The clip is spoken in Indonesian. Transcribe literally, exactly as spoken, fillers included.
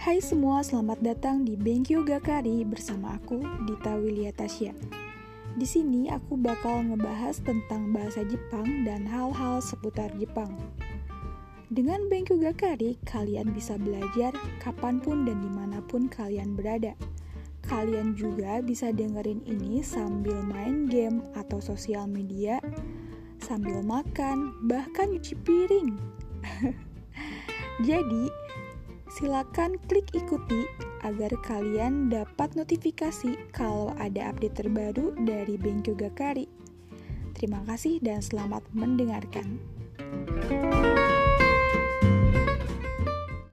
Hai semua, selamat datang di Benkyo Gakari bersama aku, Dita Wilia Tasya. Di sini aku bakal ngebahas tentang bahasa Jepang dan hal-hal seputar Jepang. Dengan Benkyo Gakari, kalian bisa belajar kapanpun dan dimanapun kalian berada. Kalian juga bisa dengerin ini sambil main game atau sosial media, sambil makan, bahkan nyuci piring. Jadi, silakan klik ikuti agar kalian dapat notifikasi kalau ada update terbaru dari Benkyo Gakari. Terima kasih dan selamat mendengarkan.